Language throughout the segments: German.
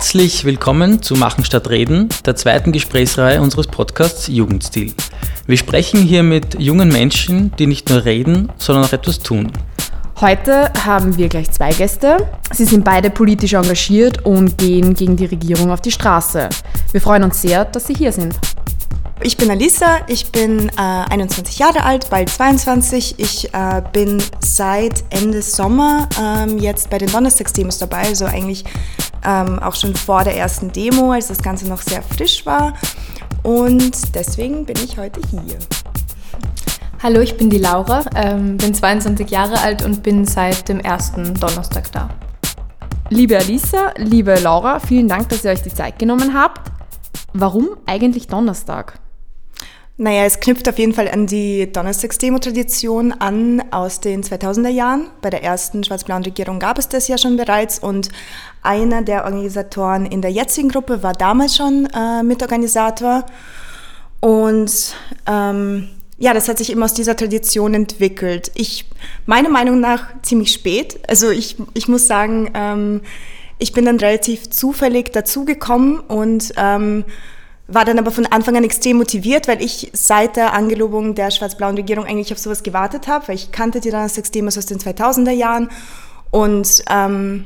Herzlich willkommen zu Machen statt Reden, der zweiten Gesprächsreihe unseres Podcasts Jugendstil. Wir sprechen hier mit jungen Menschen, die nicht nur reden, sondern auch etwas tun. Heute haben wir gleich zwei Gäste. Sie sind beide politisch engagiert und gehen gegen die Regierung auf die Straße. Wir freuen uns sehr, dass Sie hier sind. Ich bin Alisa, ich bin 21 Jahre alt, bald 22. Ich bin seit Ende Sommer jetzt bei den Donnerstagsdemos dabei, also eigentlich auch schon vor der ersten Demo, als das Ganze noch sehr frisch war. Und deswegen bin ich heute hier. Hallo, ich bin die Laura, bin 22 Jahre alt und bin seit dem ersten Donnerstag da. Liebe Alisa, liebe Laura, vielen Dank, dass ihr euch die Zeit genommen habt. Warum eigentlich Donnerstag? Naja, es knüpft auf jeden Fall an die Donnerstagsdemo-Tradition an aus den 2000er Jahren. Bei der ersten schwarz-blauen Regierung gab es das ja schon bereits und einer der Organisatoren in der jetzigen Gruppe war damals schon Mitorganisator. Und ja, das hat sich eben aus dieser Tradition entwickelt. Meiner Meinung nach ziemlich spät. Also ich muss sagen, ich bin dann relativ zufällig dazugekommen und war dann aber von Anfang an extrem motiviert, weil ich seit der Angelobung der schwarz-blauen Regierung eigentlich auf sowas gewartet habe, weil ich kannte die Donnerstagsdemos aus den 2000er Jahren und habe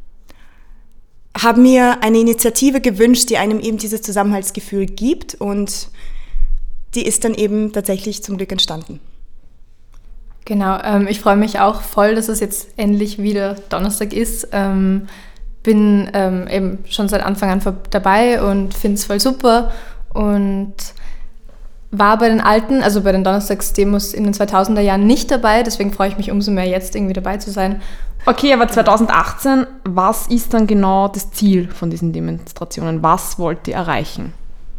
mir eine Initiative gewünscht, die einem eben dieses Zusammenhaltsgefühl gibt, und die ist dann eben tatsächlich zum Glück entstanden. Genau, ich freue mich auch voll, dass es jetzt endlich wieder Donnerstag ist. Bin eben schon seit Anfang an dabei und finde es voll super und war bei den alten, also bei den Donnerstagsdemos in den 2000er Jahren nicht dabei, deswegen freue ich mich umso mehr jetzt irgendwie dabei zu sein. Okay, aber 2018, was ist dann genau das Ziel von diesen Demonstrationen? Was wollt ihr erreichen?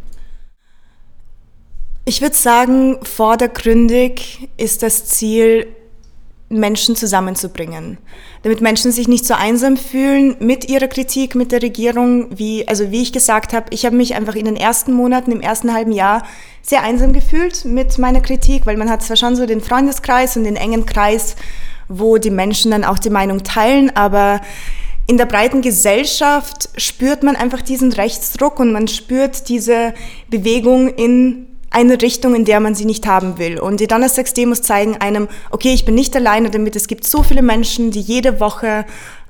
Ich würde sagen, vordergründig ist das Ziel, Menschen zusammenzubringen, damit Menschen sich nicht so einsam fühlen mit ihrer Kritik, mit der Regierung, wie ich gesagt habe, ich habe mich einfach in den ersten Monaten, im ersten halben Jahr sehr einsam gefühlt mit meiner Kritik, weil man hat zwar schon so den Freundeskreis und den engen Kreis, wo die Menschen dann auch die Meinung teilen, aber in der breiten Gesellschaft spürt man einfach diesen Rechtsdruck und man spürt diese Bewegung in eine Richtung, in der man sie nicht haben will. Und die Donnerstagsdemos zeigen einem, okay, ich bin nicht alleine damit, es gibt so viele Menschen, die jede Woche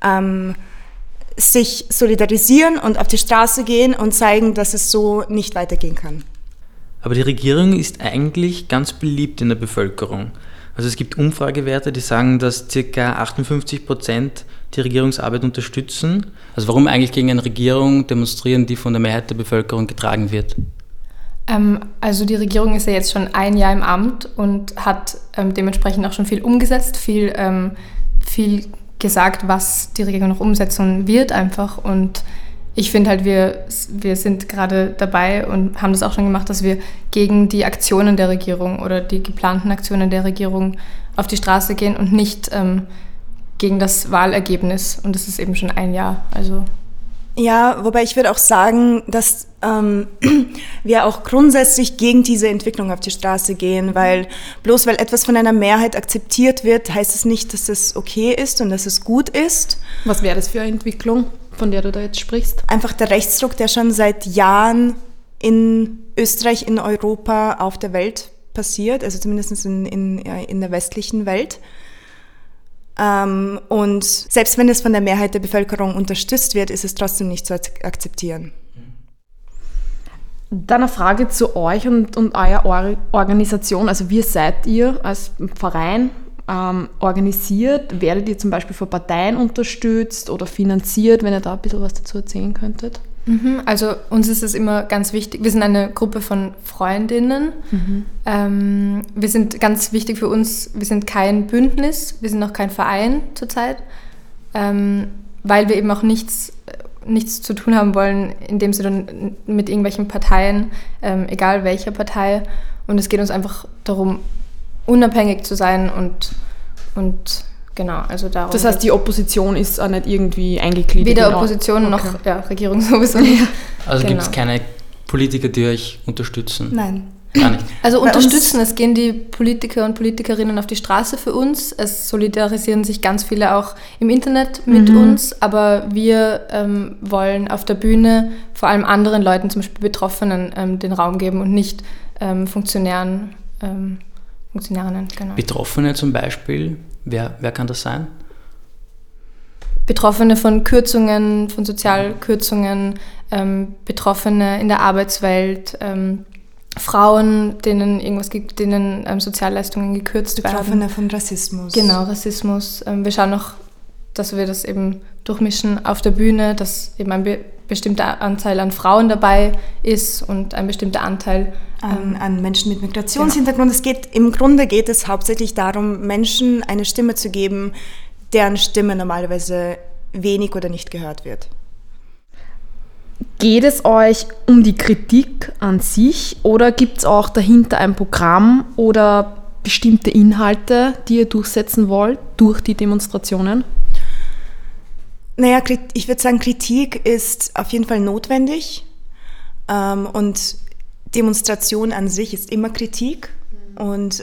sich solidarisieren und auf die Straße gehen und zeigen, dass es so nicht weitergehen kann. Aber die Regierung ist eigentlich ganz beliebt in der Bevölkerung. Also es gibt Umfragewerte, die sagen, dass ca. 58% die Regierungsarbeit unterstützen. Also warum eigentlich gegen eine Regierung demonstrieren, die von der Mehrheit der Bevölkerung getragen wird? Also die Regierung ist ja jetzt schon ein Jahr im Amt und hat dementsprechend auch schon viel umgesetzt, viel gesagt, was die Regierung noch umsetzen wird einfach. Und ich finde halt, wir sind gerade dabei und haben das auch schon gemacht, dass wir gegen die Aktionen der Regierung oder die geplanten Aktionen der Regierung auf die Straße gehen und nicht gegen das Wahlergebnis. Und das ist eben schon ein Jahr, also... Ja, wobei ich würde auch sagen, dass wir auch grundsätzlich gegen diese Entwicklung auf die Straße gehen, weil bloß weil etwas von einer Mehrheit akzeptiert wird, heißt es nicht, dass es okay ist und dass es gut ist. Was wäre das für eine Entwicklung, von der du da jetzt sprichst? Einfach der Rechtsdruck, der schon seit Jahren in Österreich, in Europa, auf der Welt passiert, also zumindest in der westlichen Welt. Und selbst wenn es von der Mehrheit der Bevölkerung unterstützt wird, ist es trotzdem nicht zu akzeptieren. Dann eine Frage zu euch und eurer Organisation. Also wie seid ihr als Verein organisiert? Werdet ihr zum Beispiel von Parteien unterstützt oder finanziert, wenn ihr da ein bisschen was dazu erzählen könntet? Also uns ist es immer ganz wichtig, wir sind eine Gruppe von Freundinnen. Wir sind ganz wichtig für uns, wir sind kein Bündnis, wir sind auch kein Verein zurzeit, weil wir eben auch nichts zu tun haben wollen, in dem Sinne mit irgendwelchen Parteien, egal welcher Partei. Und es geht uns einfach darum, unabhängig zu sein und genau, also darum. Das heißt, die Opposition ist auch nicht irgendwie eingegliedert? Weder Opposition noch Regierung sowieso nicht. Also gibt es keine Politiker, die euch unterstützen? Nein. Gar nicht. Also unterstützen, es gehen die Politiker und Politikerinnen auf die Straße für uns, es solidarisieren sich ganz viele auch im Internet mit uns, aber wir wollen auf der Bühne vor allem anderen Leuten, zum Beispiel Betroffenen, den Raum geben und nicht Funktionärinnen. Genau. Betroffene zum Beispiel, wer kann das sein? Betroffene von Kürzungen, von Sozialkürzungen, Betroffene in der Arbeitswelt, Frauen, denen Sozialleistungen gekürzt werden. Betroffene von Rassismus. Genau, Rassismus. Wir schauen noch, dass wir das eben durchmischen auf der Bühne, dass eben ein bestimmter Anteil an Frauen dabei ist und ein bestimmter Anteil an Menschen mit Migrationshintergrund. Genau. Im Grunde geht es hauptsächlich darum, Menschen eine Stimme zu geben, deren Stimme normalerweise wenig oder nicht gehört wird. Geht es euch um die Kritik an sich oder gibt es auch dahinter ein Programm oder bestimmte Inhalte, die ihr durchsetzen wollt durch die Demonstrationen? Naja, ich würde sagen, Kritik ist auf jeden Fall notwendig und Demonstration an sich ist immer Kritik. Und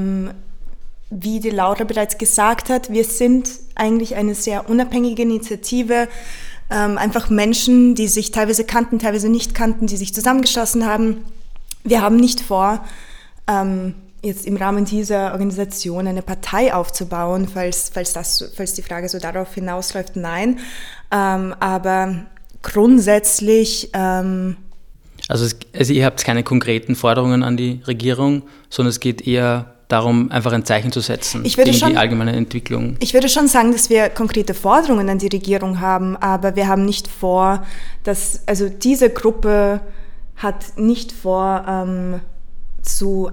wie die Laura bereits gesagt hat, wir sind eigentlich eine sehr unabhängige Initiative, einfach Menschen, die sich teilweise kannten, teilweise nicht kannten, die sich zusammengeschlossen haben. Wir haben nicht vor, jetzt im Rahmen dieser Organisation eine Partei aufzubauen, falls die Frage so darauf hinausläuft, nein. Aber grundsätzlich... Also ihr habt keine konkreten Forderungen an die Regierung, sondern es geht eher darum, einfach ein Zeichen zu setzen gegen die allgemeine Entwicklung. Ich würde schon sagen, dass wir konkrete Forderungen an die Regierung haben, aber wir haben nicht vor, diese Gruppe hat nicht vor, zu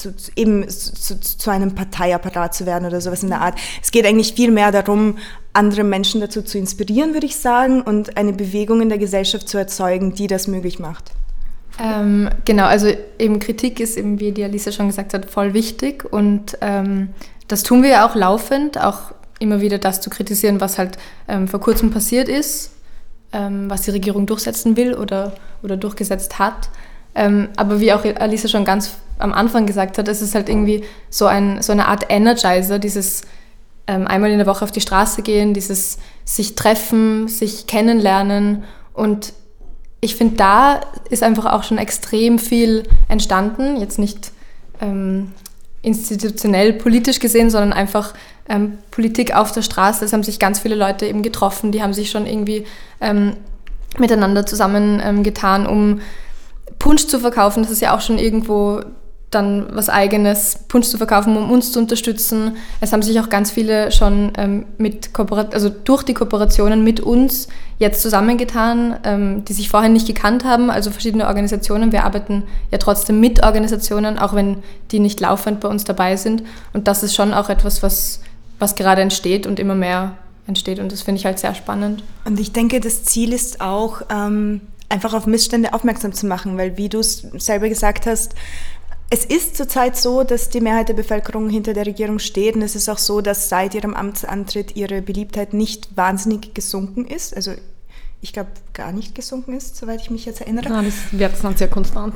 einem Parteiapparat zu werden oder sowas in der Art. Es geht eigentlich viel mehr darum, andere Menschen dazu zu inspirieren, würde ich sagen, und eine Bewegung in der Gesellschaft zu erzeugen, die das möglich macht. Genau, also eben Kritik ist eben, wie die Alisa schon gesagt hat, voll wichtig und das tun wir ja auch laufend, auch immer wieder das zu kritisieren, was halt vor kurzem passiert ist, was die Regierung durchsetzen will oder durchgesetzt hat. Aber wie auch Alisa schon ganz am Anfang gesagt hat, es ist halt irgendwie so eine Art Energizer, dieses einmal in der Woche auf die Straße gehen, dieses sich treffen, sich kennenlernen und ich finde, da ist einfach auch schon extrem viel entstanden, jetzt nicht institutionell politisch gesehen, sondern einfach Politik auf der Straße. Es haben sich ganz viele Leute eben getroffen, die haben sich schon irgendwie miteinander zusammengetan, um Punsch zu verkaufen. Das ist ja auch schon irgendwo dann was Eigenes, Punsch zu verkaufen, um uns zu unterstützen. Es haben sich auch ganz viele schon durch die Kooperationen mit uns jetzt zusammengetan, die sich vorher nicht gekannt haben, also verschiedene Organisationen. Wir arbeiten ja trotzdem mit Organisationen, auch wenn die nicht laufend bei uns dabei sind. Und das ist schon auch etwas, was gerade entsteht und immer mehr entsteht. Und das finde ich halt sehr spannend. Und ich denke, das Ziel ist auch, einfach auf Missstände aufmerksam zu machen, weil, wie du es selber gesagt hast, es ist zurzeit so, dass die Mehrheit der Bevölkerung hinter der Regierung steht und es ist auch so, dass seit ihrem Amtsantritt ihre Beliebtheit nicht wahnsinnig gesunken ist. Also ich glaube, gar nicht gesunken ist, soweit ich mich jetzt erinnere. Ja, das wird dann sehr konstant.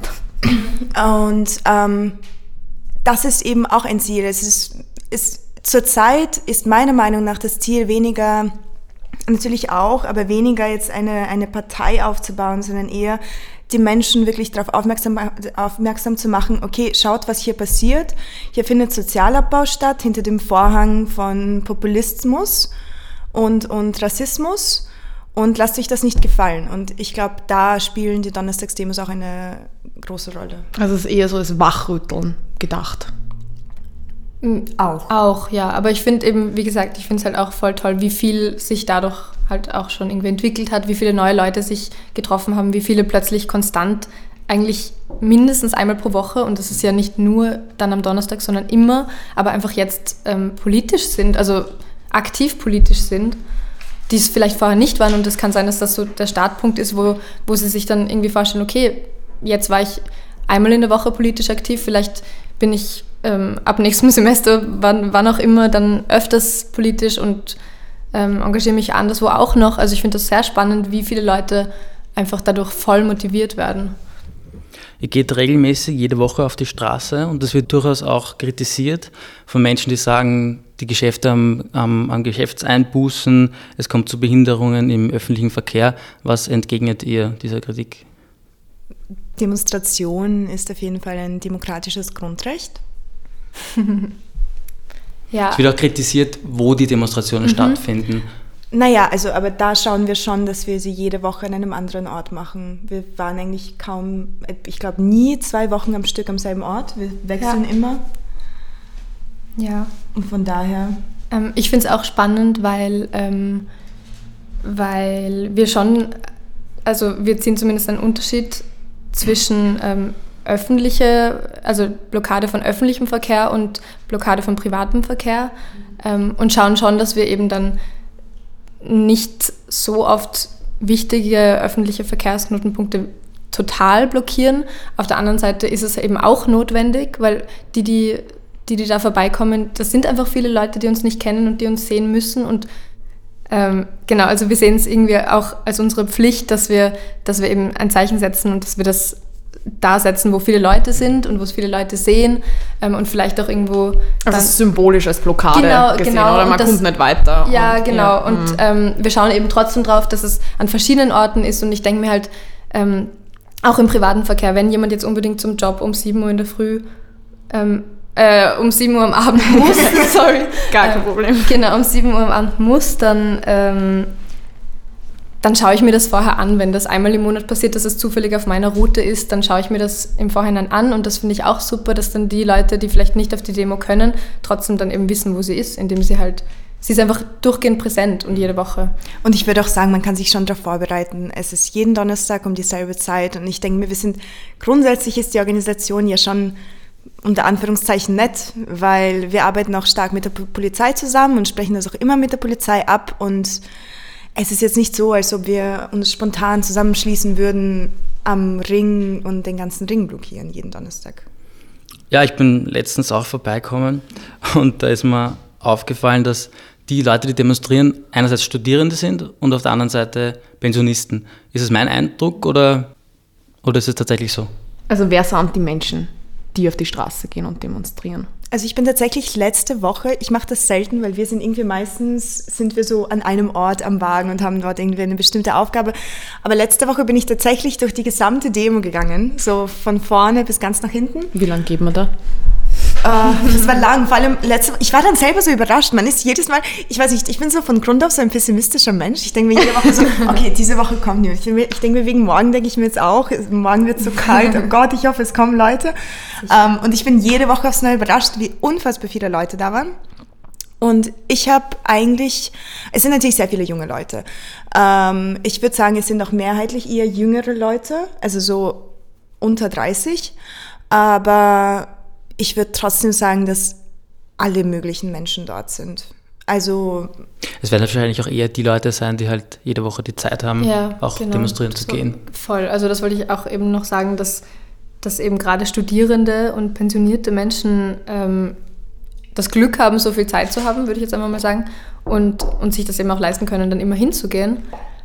Und das ist eben auch ein Ziel. Zurzeit ist meiner Meinung nach das Ziel weniger, natürlich auch, aber weniger jetzt eine Partei aufzubauen, sondern eher die Menschen wirklich darauf aufmerksam zu machen, okay, schaut, was hier passiert. Hier findet Sozialabbau statt, hinter dem Vorhang von Populismus und Rassismus und lasst euch das nicht gefallen. Und ich glaube, da spielen die Donnerstagsdemos auch eine große Rolle. Also es ist eher so als Wachrütteln gedacht. Auch, ja. Aber ich finde eben, wie gesagt, ich finde es halt auch voll toll, wie viel sich dadurch halt auch schon irgendwie entwickelt hat, wie viele neue Leute sich getroffen haben, wie viele plötzlich konstant eigentlich mindestens einmal pro Woche, und das ist ja nicht nur dann am Donnerstag, sondern immer, aber einfach jetzt politisch sind, also aktiv politisch sind, die es vielleicht vorher nicht waren, und es kann sein, dass das so der Startpunkt ist, wo sie sich dann irgendwie vorstellen, okay, jetzt war ich einmal in der Woche politisch aktiv, vielleicht bin ich ab nächstem Semester, wann auch immer, dann öfters politisch und engagiere mich anderswo auch noch. Also ich finde das sehr spannend, wie viele Leute einfach dadurch voll motiviert werden. Ihr geht regelmäßig jede Woche auf die Straße und das wird durchaus auch kritisiert von Menschen, die sagen, die Geschäfte haben Geschäftseinbußen, es kommt zu Behinderungen im öffentlichen Verkehr. Was entgegnet ihr dieser Kritik? Demonstration ist auf jeden Fall ein demokratisches Grundrecht. Ja. Es wird auch kritisiert, wo die Demonstrationen stattfinden. Naja, aber da schauen wir schon, dass wir sie jede Woche an einem anderen Ort machen. Wir waren eigentlich ich glaube nie 2 Wochen am Stück am selben Ort. Wir wechseln immer. Ja. Und von daher... Ich finde es auch spannend, weil wir schon, also wir ziehen zumindest einen Unterschied zwischen Blockade von öffentlichem Verkehr und Blockade von privatem Verkehr und schauen schon, dass wir eben dann nicht so oft wichtige öffentliche Verkehrsknotenpunkte total blockieren. Auf der anderen Seite ist es eben auch notwendig, weil die da vorbeikommen, das sind einfach viele Leute, die uns nicht kennen und die uns sehen müssen und genau, also wir sehen es irgendwie auch als unsere Pflicht, dass wir eben ein Zeichen setzen und dass wir das da setzen, wo viele Leute sind und wo es viele Leute sehen und vielleicht auch irgendwo... Also symbolisch als Blockade gesehen, genau, oder man kommt nicht weiter. Ja, genau. Und wir schauen eben trotzdem drauf, dass es an verschiedenen Orten ist und ich denke mir halt, auch im privaten Verkehr, wenn jemand jetzt unbedingt zum Job um 7 Uhr in der Früh um 7 Uhr am Abend muss, sorry. Gar kein Problem. Genau, um 7 Uhr am Abend muss, dann schaue ich mir das vorher an. Wenn das einmal im Monat passiert, dass es zufällig auf meiner Route ist, dann schaue ich mir das im Vorhinein an und das finde ich auch super, dass dann die Leute, die vielleicht nicht auf die Demo können, trotzdem dann eben wissen, wo sie ist, indem sie ist einfach durchgehend präsent und jede Woche. Und ich würde auch sagen, man kann sich schon darauf vorbereiten. Es ist jeden Donnerstag um dieselbe Zeit und ich denke mir, grundsätzlich ist die Organisation ja schon unter Anführungszeichen nett, weil wir arbeiten auch stark mit der Polizei zusammen und sprechen das auch immer mit der Polizei ab und es ist jetzt nicht so, als ob wir uns spontan zusammenschließen würden am Ring und den ganzen Ring blockieren jeden Donnerstag. Ja, ich bin letztens auch vorbeigekommen und da ist mir aufgefallen, dass die Leute, die demonstrieren, einerseits Studierende sind und auf der anderen Seite Pensionisten. Ist es mein Eindruck oder ist es tatsächlich so? Also wer sind die Menschen, die auf die Straße gehen und demonstrieren? Also ich bin tatsächlich letzte Woche, ich mache das selten, weil wir sind irgendwie meistens so an einem Ort am Wagen und haben dort irgendwie eine bestimmte Aufgabe. Aber letzte Woche bin ich tatsächlich durch die gesamte Demo gegangen, so von vorne bis ganz nach hinten. Wie lange geht man da? Das war lang, vor allem ich war dann selber so überrascht. Man ist jedes Mal, ich weiß nicht, ich bin so von Grund auf so ein pessimistischer Mensch. Ich denke mir jede Woche so, okay, diese Woche kommt niemand. Ich denke mir, wegen morgen denke ich mir jetzt auch, morgen wird es so kalt, oh Gott, ich hoffe, es kommen Leute. Und ich bin jede Woche aufs Neue überrascht, wie unfassbar viele Leute da waren. Und ich habe es sind natürlich sehr viele junge Leute. Ich würde sagen, es sind auch mehrheitlich eher jüngere Leute, also so unter 30. Aber ich würde trotzdem sagen, dass alle möglichen Menschen dort sind. Also es werden wahrscheinlich auch eher die Leute sein, die halt jede Woche die Zeit haben, demonstrieren zu gehen. Voll, also das wollte ich auch eben noch sagen, dass eben gerade Studierende und pensionierte Menschen das Glück haben, so viel Zeit zu haben, würde ich jetzt einmal mal sagen, und sich das eben auch leisten können, dann immer hinzugehen.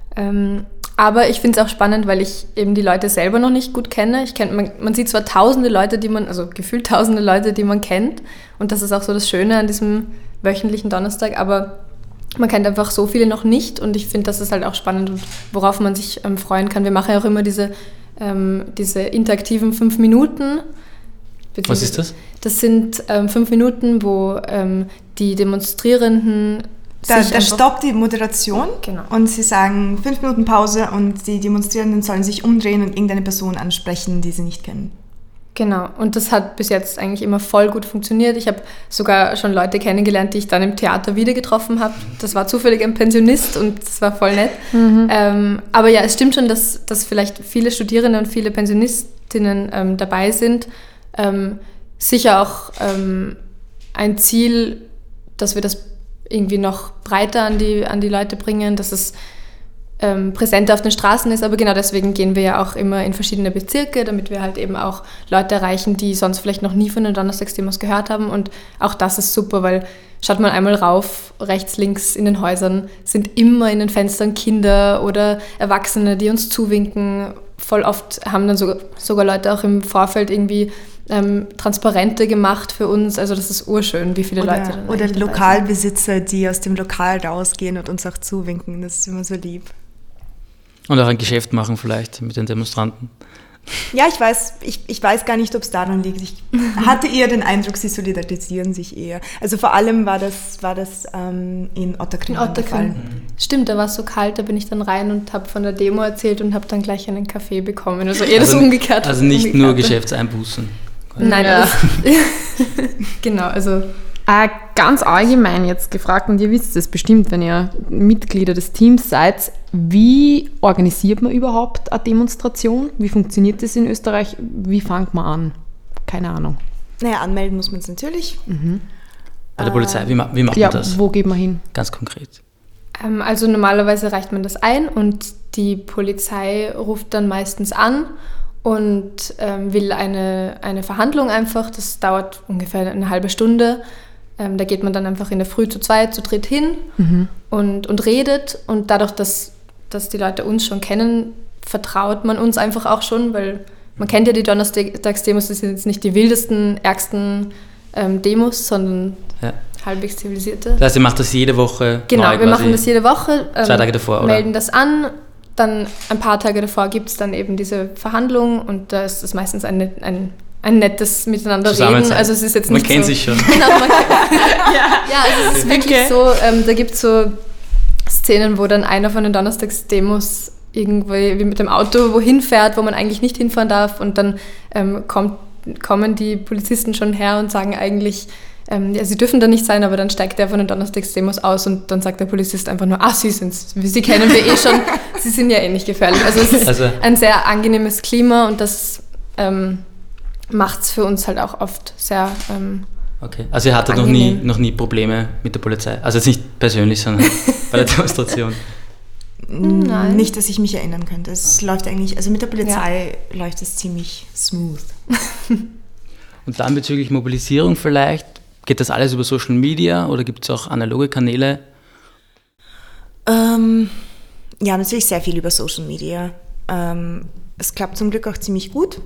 Aber ich finde es auch spannend, weil ich eben die Leute selber noch nicht gut kenne. Man sieht zwar gefühlt tausende Leute, die man kennt. Und das ist auch so das Schöne an diesem wöchentlichen Donnerstag. Aber man kennt einfach so viele noch nicht. Und ich finde, das ist halt auch spannend und worauf man sich freuen kann. Wir machen ja auch immer diese interaktiven 5 Minuten. Was ist das? Das sind 5 Minuten, wo die Demonstrierenden Da stoppt die Moderation, genau, und sie sagen 5 Minuten Pause und die Demonstrierenden sollen sich umdrehen und irgendeine Person ansprechen, die sie nicht kennen. Genau, und das hat bis jetzt eigentlich immer voll gut funktioniert. Ich habe sogar schon Leute kennengelernt, die ich dann im Theater wieder getroffen habe. Das war zufällig ein Pensionist und das war voll nett. Aber ja, es stimmt schon, dass vielleicht viele Studierende und viele Pensionistinnen dabei sind. Sicher auch ein Ziel, dass wir das irgendwie noch breiter an die Leute bringen, dass es präsenter auf den Straßen ist, aber genau deswegen gehen wir ja auch immer in verschiedene Bezirke, damit wir halt eben auch Leute erreichen, die sonst vielleicht noch nie von den Donnerstagsdemos gehört haben, und auch das ist super, weil schaut man einmal rauf, rechts, links in den Häusern, sind immer in den Fenstern Kinder oder Erwachsene, die uns zuwinken. Voll oft haben dann sogar Leute auch im Vorfeld irgendwie Transparente gemacht für uns, also das ist urschön, wie viele Leute dann oder Lokalbesitzer, die aus dem Lokal rausgehen und uns auch zuwinken, das ist immer so lieb. Und auch ein Geschäft machen vielleicht mit den Demonstranten. Ja, ich weiß gar nicht, ob es daran liegt. Ich hatte eher den Eindruck, sie solidarisieren sich eher. Also vor allem war das in Ottakring. Stimmt, da war es so kalt, da bin ich dann rein und habe von der Demo erzählt und habe dann gleich einen Kaffee bekommen. Also eher das Umgekehrte. Also nicht nur Geschäftseinbußen. Nein, ja. Genau, also... Ganz allgemein jetzt gefragt, und ihr wisst es bestimmt, wenn ihr Mitglieder des Teams seid, wie organisiert man überhaupt eine Demonstration? Wie funktioniert das in Österreich? Wie fängt man an? Keine Ahnung. Naja, anmelden muss man es natürlich. Bei der Polizei, wie macht man das? Wo geht man hin? Ganz konkret. Also normalerweise reicht man das ein und die Polizei ruft dann meistens an und will eine Verhandlung einfach. Das dauert ungefähr eine halbe Stunde. Da geht man dann einfach in der Früh zu zweit, zu dritt hin und redet. Und dadurch, dass die Leute uns schon kennen, vertraut man uns einfach auch schon, weil man kennt ja die Donnerstagsdemos, das sind jetzt nicht die wildesten, ärgsten Demos, sondern halbwegs zivilisierte. Das heißt, ihr macht das jede Woche? Genau, wir machen das jede Woche. 2 Tage davor, oder? Melden das an. Dann ein paar Tage davor gibt es dann eben diese Verhandlung und da ist es meistens ein nettes Miteinander reden. Also es ist jetzt nicht man kennt sich schon. Genau, also es ist wirklich so, da gibt es so Szenen, wo dann einer von den Donnerstagsdemos irgendwie wie mit dem Auto wohin fährt, wo man eigentlich nicht hinfahren darf, und dann kommen die Polizisten schon her und sagen eigentlich, sie dürfen da nicht sein, aber dann steigt der von den Donnerstagsdemos aus und dann sagt der Polizist einfach nur, Sie sind's, Sie kennen wir eh schon, Sie sind ja eh nicht gefährlich. Also es ist ein sehr angenehmes Klima und das macht es für uns halt auch oft sehr okay, also ihr hattet noch nie Probleme mit der Polizei? Also jetzt nicht persönlich, sondern bei der Demonstration? Nein. Nicht, dass ich mich erinnern könnte. Es läuft eigentlich, also mit der Polizei läuft es ziemlich smooth. Und dann bezüglich Mobilisierung vielleicht, geht das alles über Social Media oder gibt es auch analoge Kanäle? Ja, natürlich sehr viel über Social Media. Es klappt zum Glück auch ziemlich gut.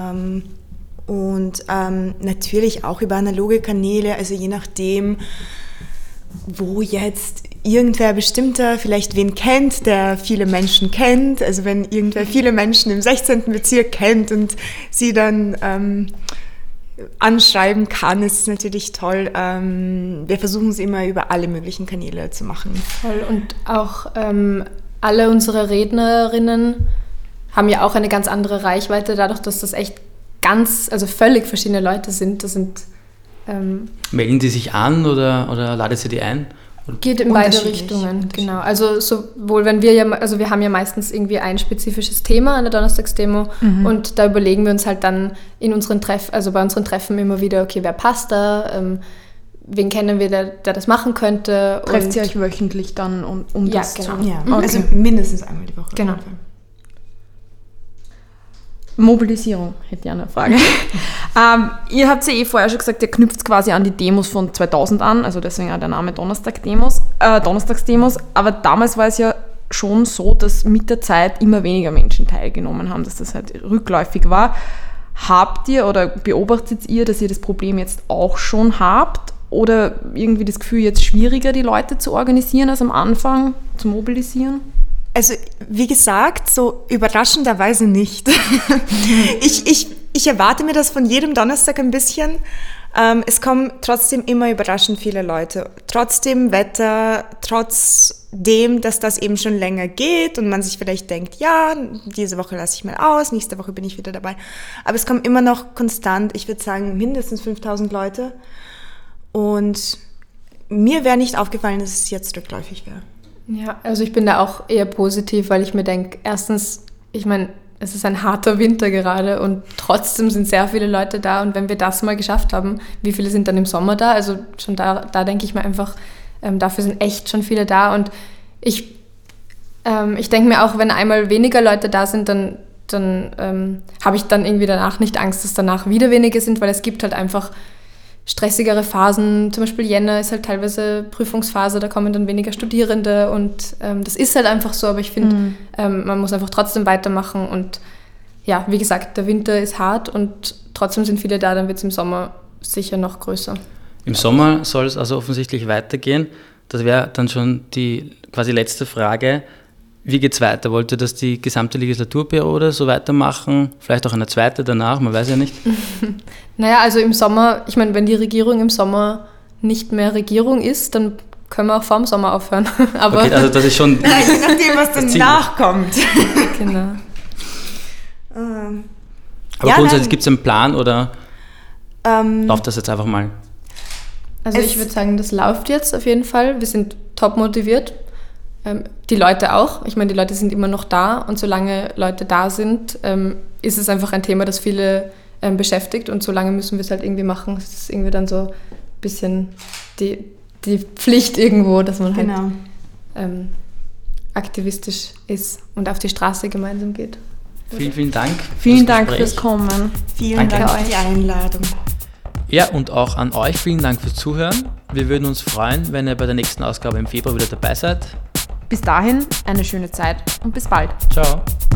Und natürlich auch über analoge Kanäle, also je nachdem, wo jetzt irgendwer bestimmter vielleicht wen kennt, der viele Menschen kennt. Also wenn irgendwer viele Menschen im 16. Bezirk kennt und sie dann anschreiben kann, ist es natürlich toll. Wir versuchen es immer über alle möglichen Kanäle zu machen. Toll. Und auch alle unsere Rednerinnen haben ja auch eine ganz andere Reichweite, dadurch, dass das echt völlig verschiedene Leute sind. Das sind melden die sich an oder ladet sie die ein? Geht in beide Richtungen, genau. Also sowohl wenn wir haben ja meistens irgendwie ein spezifisches Thema an der Donnerstagsdemo und da überlegen wir uns halt dann bei unseren Treffen immer wieder, okay, wer passt da, wen kennen wir, der das machen könnte. Trefft ihr euch wöchentlich dann, um das genau. zu... Ja, okay. Also mindestens einmal die Woche. Genau. Mobilisierung, hätte ich eine Frage. Ihr habt ja vorher schon gesagt, ihr knüpft quasi an die Demos von 2000 an, also deswegen auch der Name Donnerstagsdemos. Aber damals war es ja schon so, dass mit der Zeit immer weniger Menschen teilgenommen haben, dass das halt rückläufig war. Habt ihr oder beobachtet ihr, dass ihr das Problem jetzt auch schon habt oder irgendwie das Gefühl, jetzt schwieriger die Leute zu organisieren als am Anfang, zu mobilisieren? Also, wie gesagt, so überraschenderweise nicht. Ich erwarte mir das von jedem Donnerstag ein bisschen. Es kommen trotzdem immer überraschend viele Leute. Trotz dem Wetter, trotzdem, dass das eben schon länger geht und man sich vielleicht denkt, ja, diese Woche lasse ich mal aus, nächste Woche bin ich wieder dabei. Aber es kommen immer noch konstant, ich würde sagen, mindestens 5000 Leute. Und mir wäre nicht aufgefallen, dass es jetzt rückläufig wäre. Ja, also ich bin da auch eher positiv, weil ich mir denke, erstens, ich meine, es ist ein harter Winter gerade und trotzdem sind sehr viele Leute da und wenn wir das mal geschafft haben, wie viele sind dann im Sommer da? Also schon da denke ich mir einfach, dafür sind echt schon viele da und ich Ich denke mir auch, wenn einmal weniger Leute da sind, dann habe ich dann irgendwie danach nicht Angst, dass danach wieder wenige sind, weil es gibt halt einfach stressigere Phasen. Zum Beispiel Jänner ist halt teilweise Prüfungsphase, da kommen dann weniger Studierende und das ist halt einfach so, aber ich finde, man muss einfach trotzdem weitermachen und ja, wie gesagt, der Winter ist hart und trotzdem sind viele da, dann wird es im Sommer sicher noch größer. Im Sommer soll es also offensichtlich weitergehen. Das wäre dann schon die quasi letzte Frage. Wie geht es weiter? Wollt ihr, dass die gesamte Legislaturperiode so weitermachen? Vielleicht auch eine zweite danach, man weiß ja nicht. Naja, also im Sommer, ich meine, wenn die Regierung im Sommer nicht mehr Regierung ist, dann können wir auch vor dem Sommer aufhören. Aber okay, also das ist schon... Je nachdem, was dann nachkommt. Genau. Aber ja, grundsätzlich gibt es einen Plan oder läuft das jetzt einfach mal? Also ich würde sagen, das läuft jetzt auf jeden Fall. Wir sind top motiviert. Die Leute auch. Ich meine, die Leute sind immer noch da und solange Leute da sind, ist es einfach ein Thema, das viele beschäftigt und solange müssen wir es halt irgendwie machen. Es ist irgendwie dann so ein bisschen die Pflicht irgendwo, dass man halt aktivistisch ist und auf die Straße gemeinsam geht. Vielen Dank. Vielen Dank fürs Kommen. Vielen Dank für die Einladung. Ja, und auch an euch vielen Dank fürs Zuhören. Wir würden uns freuen, wenn ihr bei der nächsten Ausgabe im Februar wieder dabei seid. Bis dahin eine schöne Zeit und bis bald. Ciao.